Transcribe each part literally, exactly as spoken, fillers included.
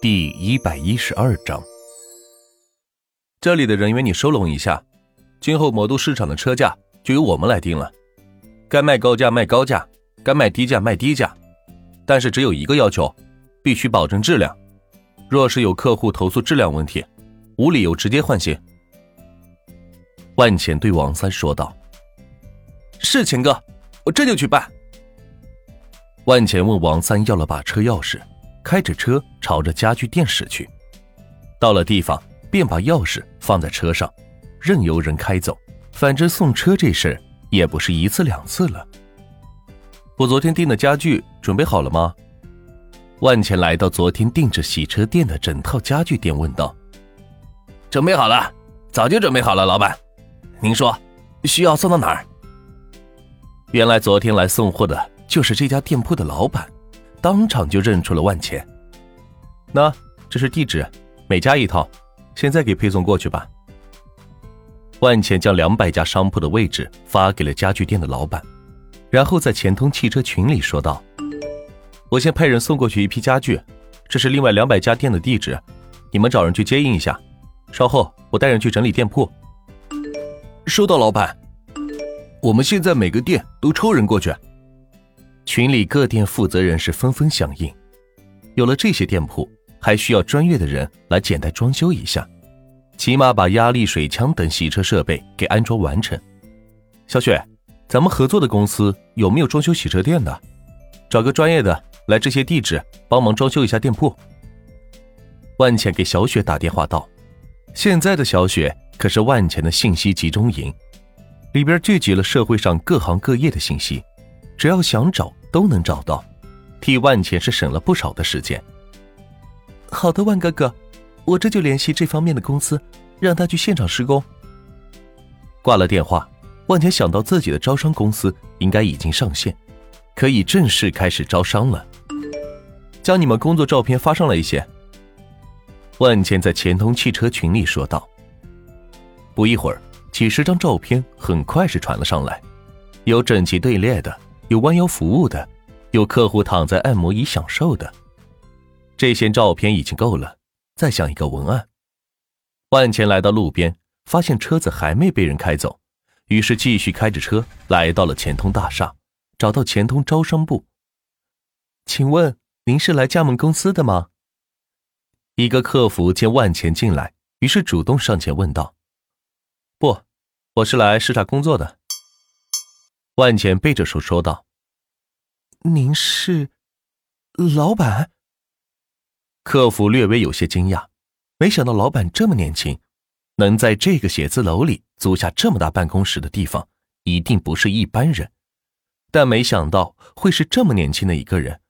第一百一十二章。这里的人员你收拢一下，今后魔都市场的车价就由我们来定了，该卖高价卖高价，该卖低价卖低价，但是只有一个要求，必须保证质量，若是有客户投诉质量问题，无理由直接换新。万钱对王三说道。是钱哥，我这就去办。万钱问王三要了把车钥匙，开着车朝着家具店驶去。到了地方便把钥匙放在车上，任由人开走，反正送车这事也不是一次两次了。我昨天订的家具准备好了吗？万钱来到昨天订着洗车店的整套家具店问道。准备好了，早就准备好了，老板。您说需要送到哪儿？原来昨天来送货的就是这家店铺的老板，当场就认出了万钱。那这是地址，每家一套，现在给配送过去吧。万钱将两百家商铺的位置发给了家具店的老板，然后在钱通汽车群里说道，我先派人送过去一批家具，这是另外两百家店的地址，你们找人去接应一下，稍后我带人去整理店铺。收到，老板。我们现在每个店都抽人过去。群里各店负责人是纷纷响应。有了这些店铺，还需要专业的人来简单装修一下，起码把压力水枪等洗车设备给安装完成。小雪，咱们合作的公司有没有装修洗车店的？找个专业的来这些地址帮忙装修一下店铺。万钱给小雪打电话道。现在的小雪可是万钱的信息集中营，里边聚集了社会上各行各业的信息，只要想找都能找到，替万钱是省了不少的时间。好的，万哥哥，我这就联系这方面的公司，让他去现场施工。挂了电话，万钱想到自己的招商公司应该已经上线，可以正式开始招商了。将你们工作照片发上来一些。万钱在钱通汽车群里说道。不一会儿，几十张照片很快是传了上来，有整齐队列的，有弯腰服务的，有客户躺在按摩椅享受的。这些照片已经够了，再想一个文案。万钱来到路边，发现车子还没被人开走，于是继续开着车来到了钱通大厦，找到钱通招商部。请问您是来加盟公司的吗？一个客服见万钱进来，于是主动上前问道。不，我是来视察工作的。万钱背着手说道。您是老板？客服略微有些惊讶，没想到老板这么年轻，能在这个写字楼里租下这么大办公室的地方，一定不是一般人，但没想到会是这么年轻的一个人。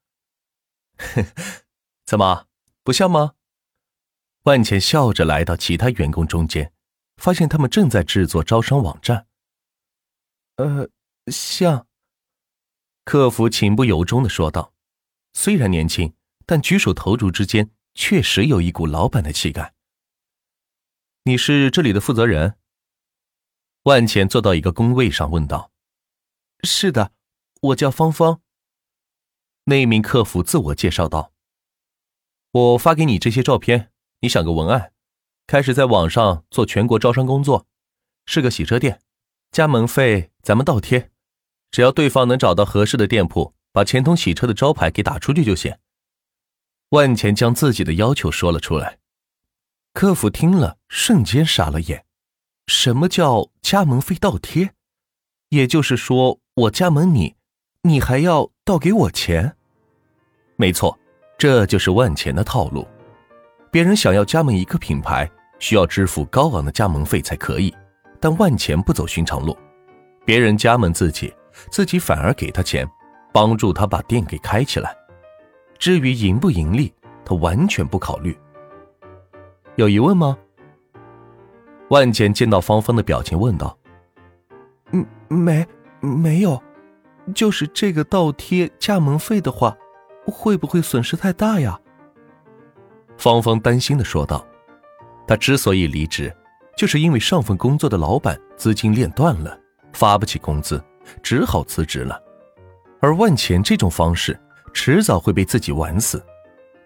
怎么，不像吗？万钱笑着来到其他员工中间，发现他们正在制作招商网站。呃，像。客服情不由衷地说道，虽然年轻，但举手投足之间确实有一股老板的气概。你是这里的负责人？万钱坐到一个工位上问道。是的，我叫芳芳。那名客服自我介绍道。我发给你这些照片，你想个文案，开始在网上做全国招商工作，是个洗车店，加盟费咱们倒贴，只要对方能找到合适的店铺，把钱通洗车的招牌给打出去就行。万钱将自己的要求说了出来。客服听了瞬间傻了眼，什么叫加盟费倒贴？也就是说我加盟你，你还要倒给我钱？没错，这就是万钱的套路。别人想要加盟一个品牌，需要支付高昂的加盟费才可以，但万钱不走寻常路，别人加盟自己，自己反而给他钱，帮助他把店给开起来。至于盈不盈利，他完全不考虑。有疑问吗？万钱见到芳芳的表情问道。嗯，没，没有，就是这个倒贴加盟费的话，会不会损失太大呀？芳芳担心地说道。他之所以离职，就是因为上份工作的老板资金链断了，发不起工资，只好辞职了。而万钱这种方式迟早会被自己玩死，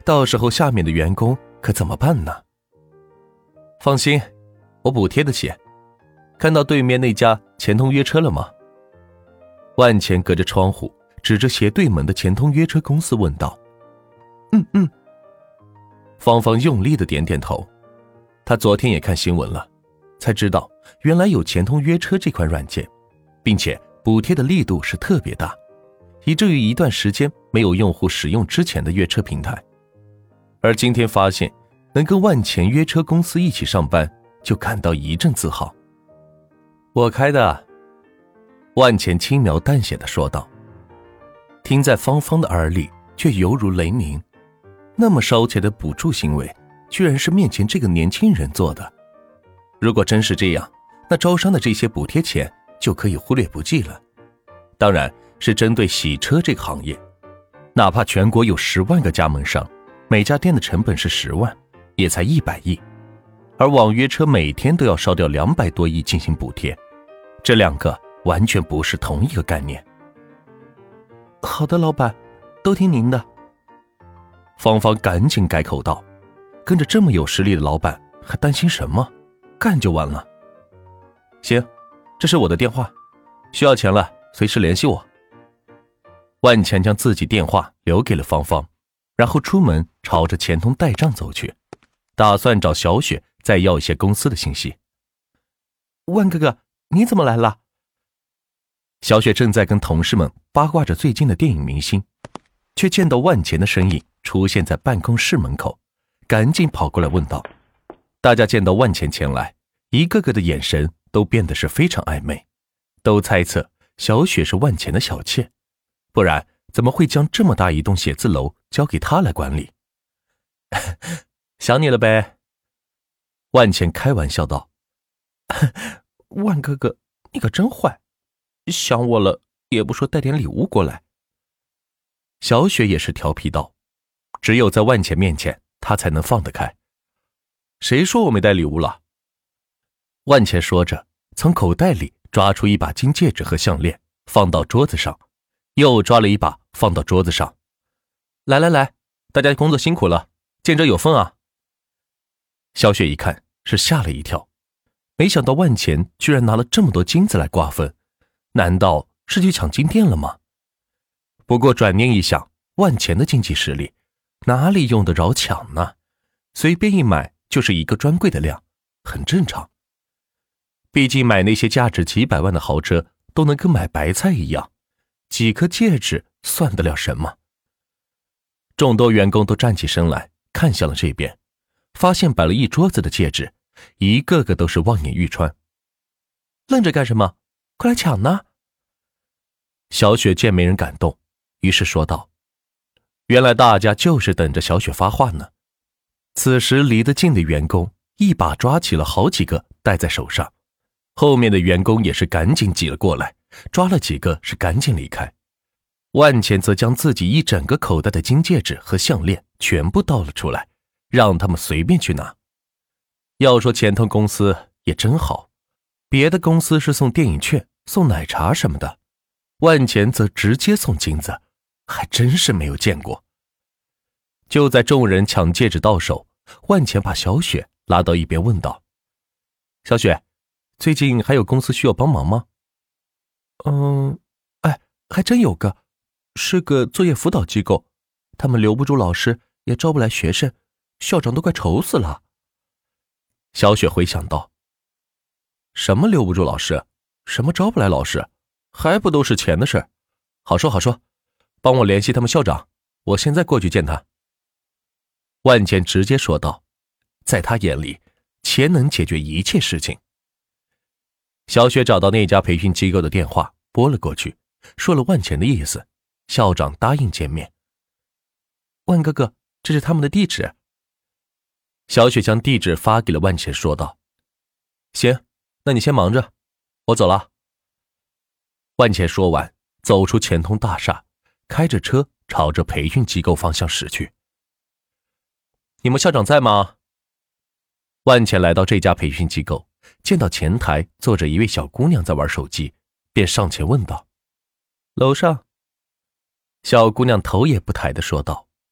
到时候下面的员工可怎么办呢？放心，我补贴得起。看到对面那家钱通约车了吗？万钱隔着窗户指着斜对门的钱通约车公司问道。嗯嗯。芳芳用力地点点头。她昨天也看新闻了，才知道原来有钱通约车这款软件，并且补贴的力度是特别大，以至于一段时间没有用户使用之前的约车平台。而今天发现能跟万钱约车公司一起上班，就感到一阵自豪。我开的，万钱轻描淡写地说道。听在芳芳的耳里却犹如雷鸣，那么烧钱的补助行为居然是面前这个年轻人做的。如果真是这样，那招商的这些补贴钱就可以忽略不计了。当然是针对洗车这个行业，哪怕全国有十万个加盟商，每家店的成本是十万，也才一百亿，而网约车每天都要烧掉两百多亿进行补贴，这两个完全不是同一个概念。好的，老板，都听您的。芳芳赶紧改口道，跟着这么有实力的老板还担心什么？干就完了。行，这是我的电话，需要钱了随时联系我。万钱将自己电话留给了芳芳，然后出门朝着钱通代账走去，打算找小雪再要一些公司的信息。万哥哥，你怎么来了？小雪正在跟同事们八卦着最近的电影明星，却见到万钱的身影出现在办公室门口，赶紧跑过来问道。大家见到万钱前来，一个个的眼神都变得是非常暧昧，都猜测小雪是万钱的小妾，不然怎么会将这么大一栋写字楼交给他来管理？想你了呗。万钱开玩笑道。万哥哥，你可真坏，想我了也不说带点礼物过来。小雪也是调皮道，只有在万钱面前她才能放得开。谁说我没带礼物了？万钱说着，从口袋里抓出一把金戒指和项链，放到桌子上，又抓了一把放到桌子上。来来来，大家工作辛苦了，见者有份啊。小雪一看是吓了一跳，没想到万钱居然拿了这么多金子来瓜分，难道是去抢金店了吗？不过转念一想，万钱的经济实力哪里用得着抢呢？随便一买就是一个专柜的量，很正常。毕竟买那些价值几百万的豪车都能跟买白菜一样，几颗戒指算得了什么？众多员工都站起身来看向了这边，发现摆了一桌子的戒指，一个个都是望眼欲穿。愣着干什么？快来抢呢！小雪见没人敢动，于是说道。原来大家就是等着小雪发话呢。此时离得近的员工一把抓起了好几个戴在手上，后面的员工也是赶紧挤了过来，抓了几个是赶紧离开。万钱则将自己一整个口袋的金戒指和项链全部倒了出来，让他们随便去拿。要说钱通公司也真好，别的公司是送电影券、送奶茶什么的，万钱则直接送金子，还真是没有见过。就在众人抢戒指到手，万钱把小雪拉到一边问道：小雪，最近还有公司需要帮忙吗？嗯，哎，还真有个，是个作业辅导机构，他们留不住老师，也招不来学生，校长都快愁死了。小雪回想道：什么留不住老师，什么招不来老师，还不都是钱的事？好说好说，帮我联系他们校长，我现在过去见他。万钱直接说道，在他眼里，钱能解决一切事情。小雪找到那家培训机构的电话拨了过去，说了万钱的意思，校长答应见面。万哥哥，这是他们的地址。小雪将地址发给了万钱，说道：行，那你先忙着，我走了。万钱说完，走出钱通大厦，开着车朝着培训机构方向驶去。你们校长在吗？万钱来到这家培训机构，见到前台坐着一位小姑娘在玩手机，便上前问道：楼上。小姑娘头也不抬地说道。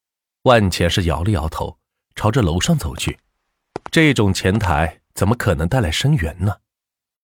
万钱是摇了摇头，朝着楼上走去。这种前台怎么可能带来生源呢？